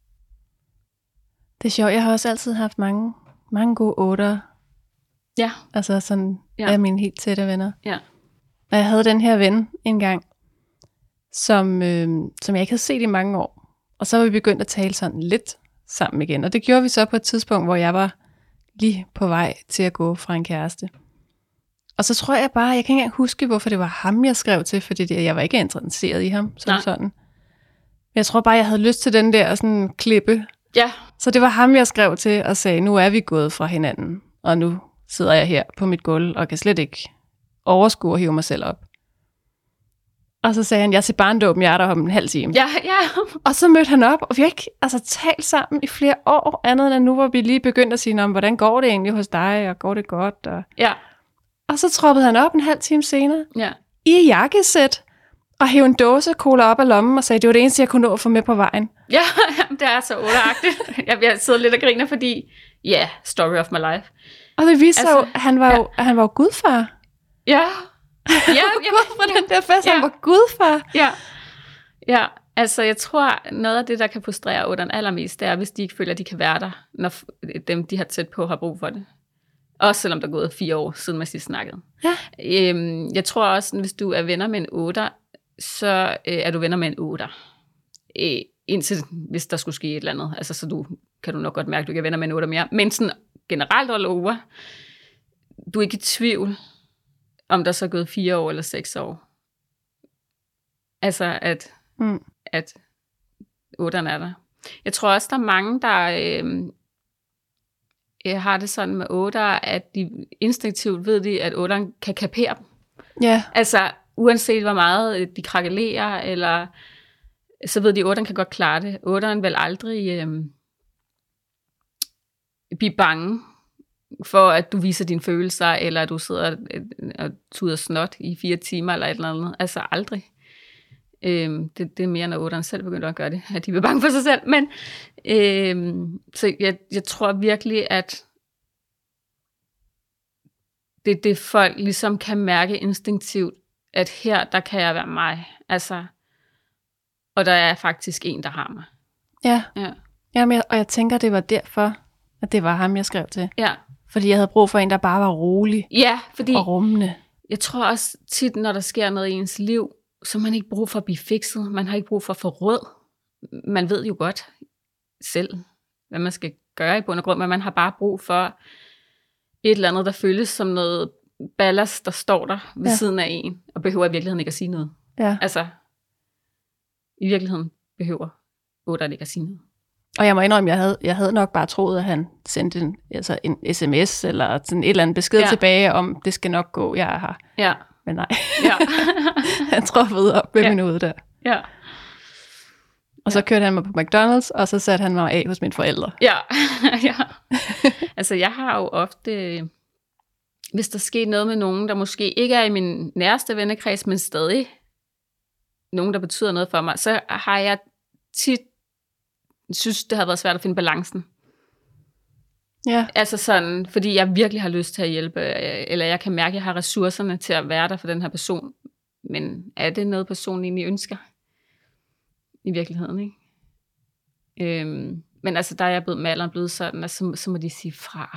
Det er sjovt, jeg har også altid haft mange gode 8'ere. Ja. Altså sådan af mine helt tætte venner. Ja. Og jeg havde den her ven engang, som jeg ikke havde set i mange år. Og så var vi begyndt at tale sådan lidt sammen igen. Og det gjorde vi så på et tidspunkt, hvor jeg var lige på vej til at gå fra en kæreste. Og så tror jeg bare, jeg kan ikke engang huske, hvorfor det var ham, jeg skrev til, fordi jeg var ikke interesseret i ham som sådan. Men jeg tror bare, jeg havde lyst til den der sådan klippe. Ja. Så det var ham, jeg skrev til og sagde, nu er vi gået fra hinanden, og nu sidder jeg her på mit gulv og kan slet ikke overskue at hive mig selv op. Og så sagde han, jeg til barndåben, jeg er der om en halv time. Ja. Og så mødte han op, og vi har ikke talt sammen i flere år, andet end nu, hvor vi lige begyndte at sige, hvordan går det egentlig hos dig, og går det godt? Og så troppede han op en halv time senere, i jakkesæt, og hævde en dåse cola op af lommen, og sagde, det var det eneste, jeg kunne nå at få med på vejen. Ja, det er så otteragtigt. Jeg sidder lidt og griner, fordi, story of my life. Og det viste sig jo, at han var jo gudfar. Ja. Fra den der fest, han var gudfar. Ja, altså jeg tror, noget af det, der kan frustrere otteren allermest, det er, hvis de ikke føler, at de kan være der, når dem, de har tæt på, har brug for det. Også selvom der er gået 4 år, siden man sidst snakkede. Ja. Jeg tror også, hvis du er venner med en 8'er, så er du venner med en 8'er. Indtil, hvis der skulle ske et eller andet. Altså, så kan du nok godt mærke, at du ikke er venner med en 8'er mere. Men sådan generelt og lover, du er ikke i tvivl, om der så er gået 4 år eller 6 år. Altså, at 8'eren er der. Jeg tror også, der er mange, der har det sådan med 8'ere, at de instinktivt ved, at 8'eren kan kapere dem. Ja. Altså, uanset hvor meget de krakelerer, eller så ved de, at 8'eren kan godt klare det. 8'eren vil aldrig blive bange for, at du viser dine følelser, eller at du sidder og tuder snot i 4 timer, eller et eller andet. Altså aldrig. Det er mere, når 8'eren selv begynder at gøre det, at de bliver bange for sig selv. Men så jeg tror virkelig, at det folk ligesom kan mærke instinktivt, at her, der kan jeg være mig. Altså, og der er faktisk en, der har mig. Ja. Jamen, og jeg tænker, det var derfor, at det var ham, jeg skrev til. Ja. Fordi jeg havde brug for en, der bare var rolig og rummende. Jeg tror også tit, når der sker noget i ens liv, så har man ikke brug for at blive fikset. Man har ikke brug for at få råd. Man ved jo godt selv, hvad man skal gøre i bund og grund, men man har bare brug for et eller andet, der føles som noget ballast, der står der ved siden af en, og behøver i virkeligheden ikke at sige noget. Ja. Altså, i virkeligheden behøver 8'eren ikke at sige noget. Og jeg må indrømme, jeg havde nok bare troet, at han sendte en sms, eller sådan et eller andet besked tilbage, om det skal nok gå, jeg er her. Ja. Men nej. Ja. Han troppede op med min ude der. Ja. Og så kørte han mig på McDonald's, og så satte han mig af hos mine forældre. Ja. Altså, jeg har jo ofte, hvis der sker noget med nogen, der måske ikke er i min næreste vennekreds, men stadig nogen, der betyder noget for mig, så har jeg tit synes, det har været svært at finde balancen. Ja. Altså sådan, fordi jeg virkelig har lyst til at hjælpe, eller jeg kan mærke, at jeg har ressourcerne til at være der for den her person. Men er det noget, personen egentlig ønsker? I virkeligheden, ikke? Men altså, der er jeg med alderen blevet sådan, at så må de sige fra.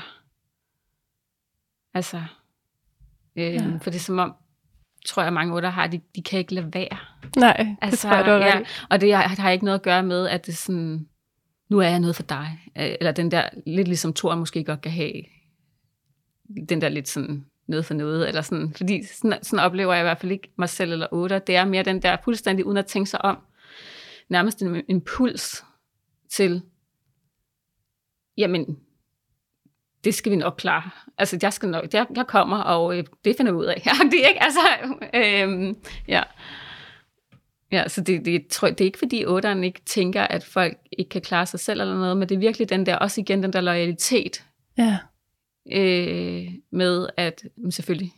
Altså, for det er som om, tror jeg, mange der har, de kan ikke lade være. Nej, altså, det tror jeg, du er ret. Og det har ikke noget at gøre med, at det er sådan, nu er jeg noget for dig. Eller den der, lidt ligesom Thor måske godt kan have, den der lidt sådan, noget for noget, eller sådan, fordi sådan oplever jeg i hvert fald ikke mig selv eller 8'er. Det er mere den der fuldstændig uden at tænke sig om, nærmest en impuls til, jamen, det skal vi nok klare. Altså, jeg kommer, og det finder vi ud af. Ja, det er ikke, altså, ja. Ja, så det er ikke fordi 8'eren ikke tænker, at folk ikke kan klare sig selv eller noget, men det er virkelig den der, også igen den der loyalitet Ja. med at, selvfølgelig,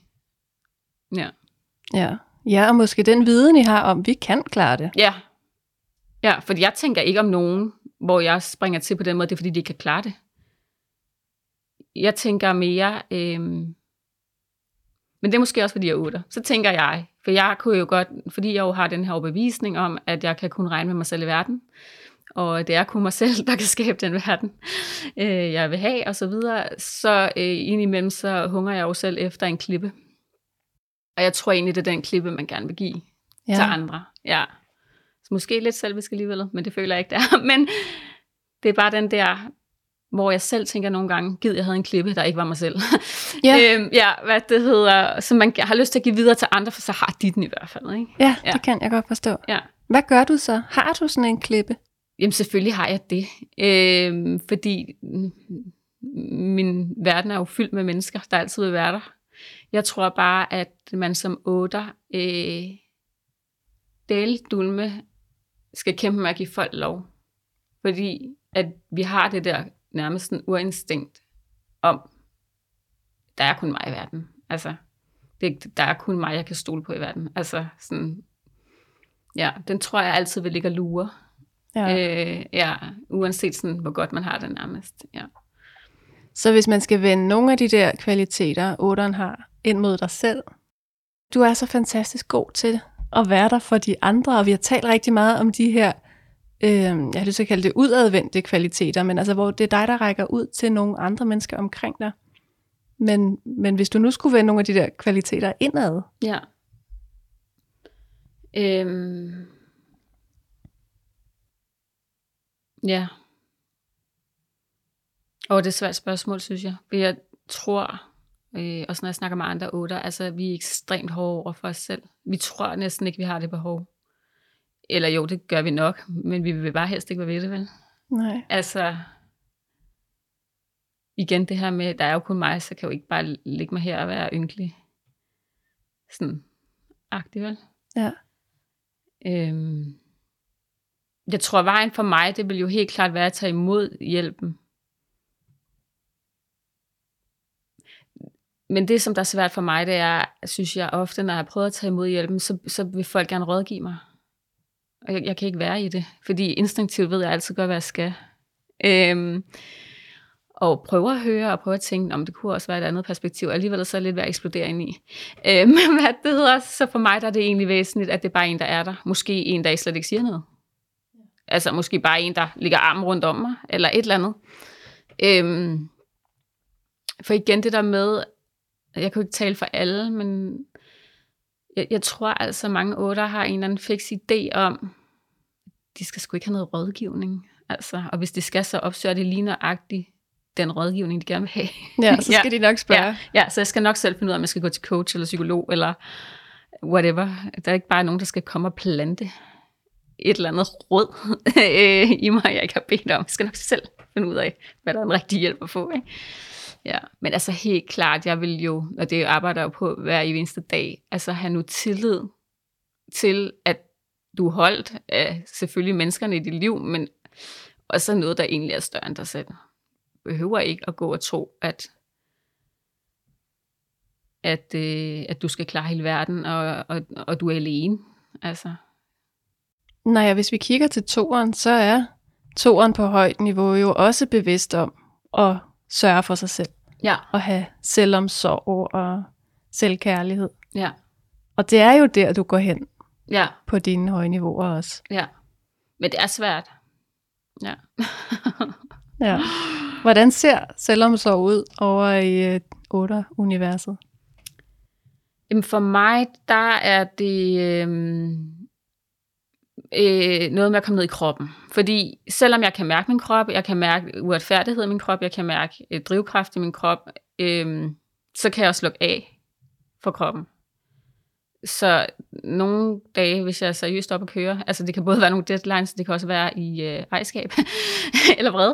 Ja, og måske den viden, I har om, vi kan klare det. Ja, fordi jeg tænker ikke om nogen, hvor jeg springer til på den måde, det er fordi, de ikke kan klare det. Jeg tænker mere, men det er måske også, fordi jeg er 8'er. Så tænker jeg, for jeg kunne jo godt, fordi jeg jo har den her overbevisning om, at jeg kan kun regne med mig selv i verden, og det er kun mig selv, der kan skabe den verden, jeg vil have, og så videre, så indimellem så hungrer jeg jo selv efter en klippe. Og jeg tror egentlig, det er den klippe, man gerne vil give til andre. Ja. Så måske lidt selvisk alligevel, men det føler jeg ikke, der. Men det er bare den der, hvor jeg selv tænker nogle gange, gid jeg havde en klippe, der ikke var mig selv. Hvad det hedder, som man har lyst til at give videre til andre, for så har de den i hvert fald. Ikke? Ja, det kan jeg godt forstå. Ja. Hvad gør du så? Har du sådan en klippe? Jamen selvfølgelig har jeg det. Fordi min verden er jo fyldt med mennesker, der altid vil være der. Jeg tror bare, at man som 8'er dulme skal kæmpe med at give folk lov. Fordi at vi har det der nærmest en urinstinkt om, der er kun mig i verden. Altså, der er kun mig, jeg kan stole på i verden. Altså, sådan, ja, den tror jeg altid vil ligge og lure. Uanset sådan, hvor godt man har det nærmest. Ja. Så hvis man skal vende nogle af de der kvaliteter, 8'eren har, ind mod dig selv, du er så fantastisk god til at være der for de andre, og vi har talt rigtig meget om de her, jeg har lyst til at kalde det udadvendte kvaliteter, men altså hvor det er dig, der rækker ud til nogle andre mennesker omkring dig. Men hvis du nu skulle vende nogle af de der kvaliteter indad. Ja. Ja. Og det er et svært spørgsmål, synes jeg. Jeg tror, også når jeg snakker med andre 8'er, altså vi er ekstremt hårde over for os selv. Vi tror næsten ikke, vi har det behov. Eller jo, det gør vi nok, men vi vil bare helst ikke være ved det, vel? Nej. Altså, igen det her med, der er jo kun mig, så kan jeg jo ikke bare ligge mig her og være ynkelig. Sådan agtig, vel? Ja. Jeg tror, vejen for mig, det vil jo helt klart være at tage imod hjælpen. Men det, som der er svært for mig, det er, synes jeg ofte, når jeg prøver at tage imod hjælpen, så vil folk gerne rådgive mig. Og jeg kan ikke være i det, fordi instinktivt ved jeg altid godt, hvad jeg skal. Og prøver at høre og prøver at tænke, om det kunne også være et andet perspektiv, og alligevel så er det lidt ved at eksplodere ind i. Men hvad det hedder, så for mig der er det egentlig væsentligt, at det er bare en, der er der. Måske en, der slet ikke siger noget. Altså måske bare en, der ligger armen rundt om mig, eller et eller andet. For igen det der med, jeg kan jo ikke tale for alle, men jeg tror altså, mange 8'er har en eller anden fiks idé om, de skal sgu ikke have noget rådgivning. Altså, og hvis de skal, så opsøger det lige nøjagtigt den rådgivning, de gerne vil have. Ja, så skal de nok spørge. Ja, så jeg skal nok selv finde ud af, om jeg skal gå til coach eller psykolog, eller whatever. Der er ikke bare nogen, der skal komme og plante et eller andet råd i mig, jeg ikke har bedt om. Jeg skal nok selv finde ud af, hvad der er en rigtig hjælp at få, ikke? Ja, men altså helt klart, jeg vil jo, og det arbejder jeg på hver eneste dag, altså have nu tillid til, at du er holdt af selvfølgelig menneskerne i dit liv, men også noget, der egentlig er større end dig selv. Behøver ikke at gå og tro, at du skal klare hele verden, og du er alene. Altså. Nej, hvis vi kigger til 2'eren, så er 2'eren på højt niveau jo også bevidst om at sørge for sig selv. Ja. Og have selvomsorg og selvkærlighed. Ja. Og det er jo der, du går hen. Ja. På dine høje niveauer også. Ja. Men det er svært. Ja. Ja. Hvordan ser selvomsorg ud over i 8'er-universet? Jamen for mig, der er det noget med at komme ned i kroppen. Fordi selvom jeg kan mærke min krop, jeg kan mærke uretfærdighed i min krop, jeg kan mærke drivkraft i min krop, så kan jeg også lukke af for kroppen. Så nogle dage, hvis jeg er seriøst op at køre, altså det kan både være nogle deadlines, det kan også være i ejerskab eller vrede,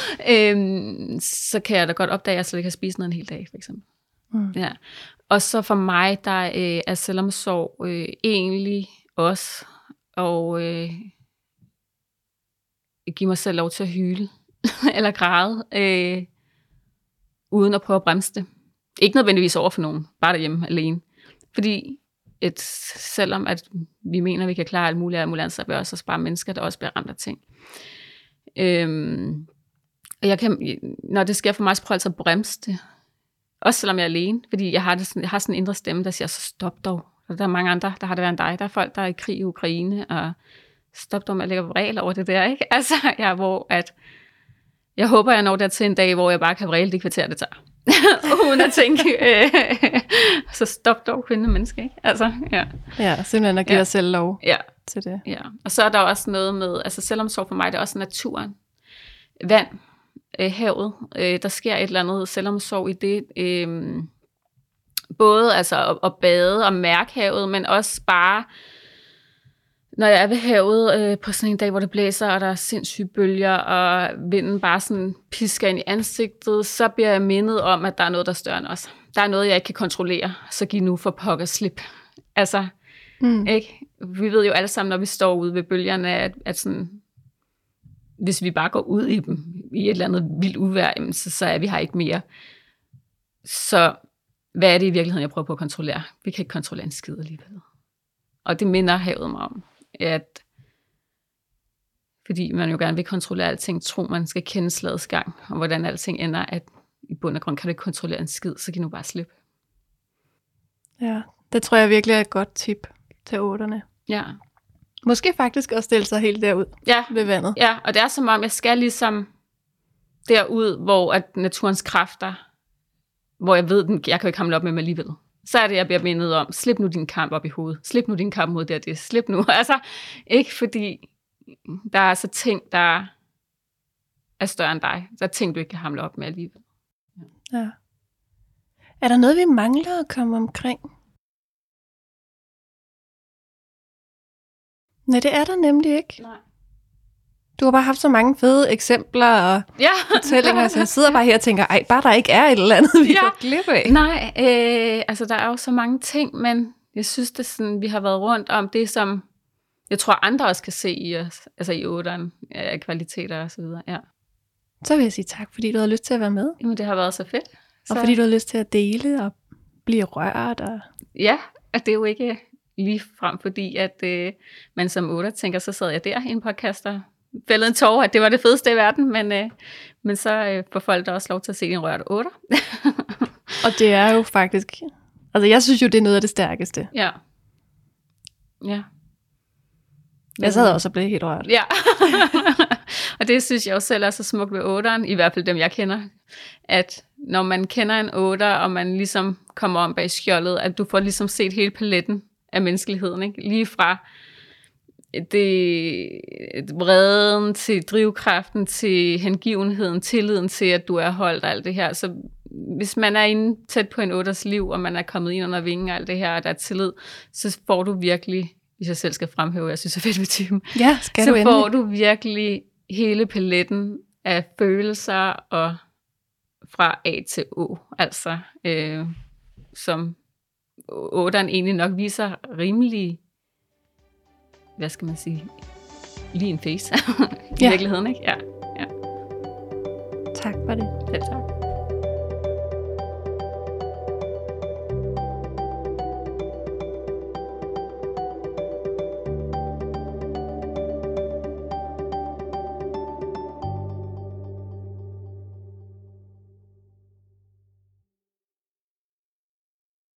så kan jeg da godt opdage, at jeg slet ikke har spist noget en hel dag, for eksempel. Ja. Og så for mig, der er selvomsorg egentlig også og give mig selv lov til at hyle eller græde, uden at prøve at bremse det. Ikke nødvendigvis over for nogen, bare derhjemme alene. Fordi selvom at vi mener, at vi kan klare alt muligt, så er vi også bare mennesker, der også bliver ramt af ting. Jeg kan, når det sker for mig, så prøver jeg altså at bremse det. Også selvom jeg er alene, fordi jeg har sådan en indre stemme, der siger, så stop dog. Og der er mange andre, der har det været end dig. Der er folk, der er i krig i Ukraine, og stop dog med at lægge vrel over det der, ikke? Altså, jeg håber, jeg når der til en dag, hvor jeg bare kan vrele det kvarter, det tager. Uden at tænke, så stop dog, kvinde menneske, ikke? Altså, ja. Ja, simpelthen at give dig selv lov til det. Ja, og så er der også noget med, altså selvomsorg for mig, det er også naturen. Vand, havet, der sker et eller andet selvomsorg i det. Både altså at bade og mærke havet, men også bare, når jeg er ved havet på sådan en dag, hvor det blæser, og der er sindssyge bølger, og vinden bare sådan pisker ind i ansigtet, så bliver jeg mindet om, at der er noget, der er større end os. Der er noget, jeg ikke kan kontrollere, så giv nu for pokker slip. Altså, ikke? Vi ved jo alle sammen, når vi står ude ved bølgerne, at sådan, hvis vi bare går ud i dem, i et eller andet vildt uvejr, så er vi her ikke mere. Så hvad er det i virkeligheden, jeg prøver på at kontrollere? Vi kan ikke kontrollere en skid alligevel. Og det minder havet mig om, at fordi man jo gerne vil kontrollere alting, tror man skal kende slagets gang, og hvordan alting ender, at i bund og grund kan du ikke kontrollere en skid, så kan du bare slippe. Ja, det tror jeg virkelig er et godt tip til 8'erne. Ja. Måske faktisk også stille sig helt derud ved vandet. Ja, og det er som om, jeg skal ligesom derud, hvor at naturens kræfter, hvor jeg ved, jeg kan jo ikke hamle op med mig alligevel. Så er det, jeg bliver mindet om, slip nu din kamp op i hovedet. Slip nu din kamp mod det, slip nu. Altså, ikke fordi der er så ting, der er større end dig. Der er ting, du ikke kan hamle op med alligevel. Ja. Er der noget, vi mangler at komme omkring? Nej, det er der nemlig ikke. Nej. Du har bare haft så mange fede eksempler og fortællinger, så jeg sidder bare her og tænker, ej, bare der ikke er et eller andet, vi går glip af. Nej, altså der er jo så mange ting, men jeg synes, det sådan, vi har været rundt om det, som jeg tror, andre også kan se i os, altså i 8'eren, kvaliteter og så videre, ja. Så vil jeg sige tak, fordi du havde lyst til at være med. Jamen, det har været så fedt. Og fordi du havde lyst til at dele og blive rørt. Og... Ja, og det er jo ikke lige frem, fordi at man som 8'er tænker, så sad jeg der i en podcast og fældede en tårer, at det var det fedeste i verden, men så får folk da også lov til at se en rørt 8'er. Og det er jo faktisk, altså jeg synes jo, det er noget af det stærkeste. Ja. Ja. Jeg sad også og blev helt rørt. Ja. Og det synes jeg jo selv er så smukt ved 8'eren, i hvert fald dem jeg kender, at når man kender en 8'er, og man ligesom kommer om bag skjoldet, at du får ligesom set hele paletten af menneskeligheden, ikke? Lige fra det vreden til drivkraften, til hengivenheden, tilliden til, at du er holdt og alt det her. Så hvis man er inde tæt på en 8'ers liv, og man er kommet ind under vingen og alt det her, og der er tillid, så får du virkelig, hvis jeg selv skal fremhæve, jeg synes, det er fedt ved typen, ja, så får du virkelig hele paletten af følelser og fra A til O, altså som 8'eren egentlig nok viser rimelig, hvad skal man sige, lige en face i virkeligheden, ikke? Ja. Tak for det. Ja, tak.